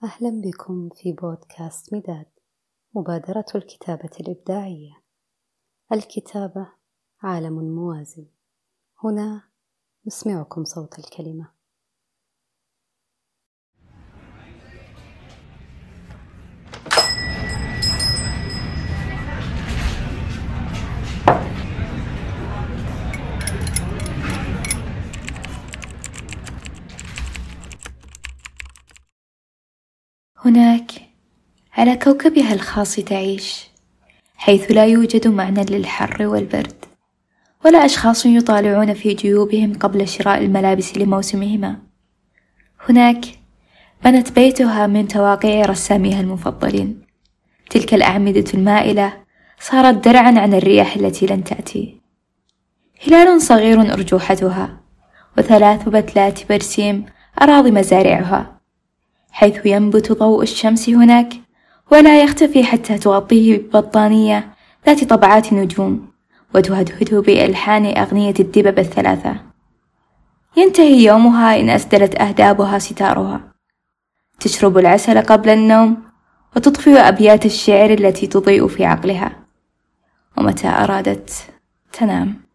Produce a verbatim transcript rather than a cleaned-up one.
أهلا بكم في بودكاست مداد، مبادرة الكتابة الإبداعية. الكتابة عالم موازي، هنا نسمعكم صوت الكلمة. هناك على كوكبها الخاص تعيش، حيث لا يوجد معنى للحر والبرد، ولا أشخاص يطالعون في جيوبهم قبل شراء الملابس لموسمهما. هناك بنت بيتها من تواقيع رساميها المفضلين. تلك الأعمدة المائلة صارت درعا عن الرياح التي لن تأتي. هلال صغير أرجوحتها، وثلاث بتلات برسيم أراضي مزارعها، حيث ينبت ضوء الشمس هناك ولا يختفي حتى تغطيه ببطانية ذات طبعات نجوم وتهدهده بألحان أغنية الدببة الثلاثة. ينتهي يومها إن أسدلت أهدابها ستارها، تشرب العسل قبل النوم وتطفئ أبيات الشعر التي تضيء في عقلها، ومتى أرادت تنام.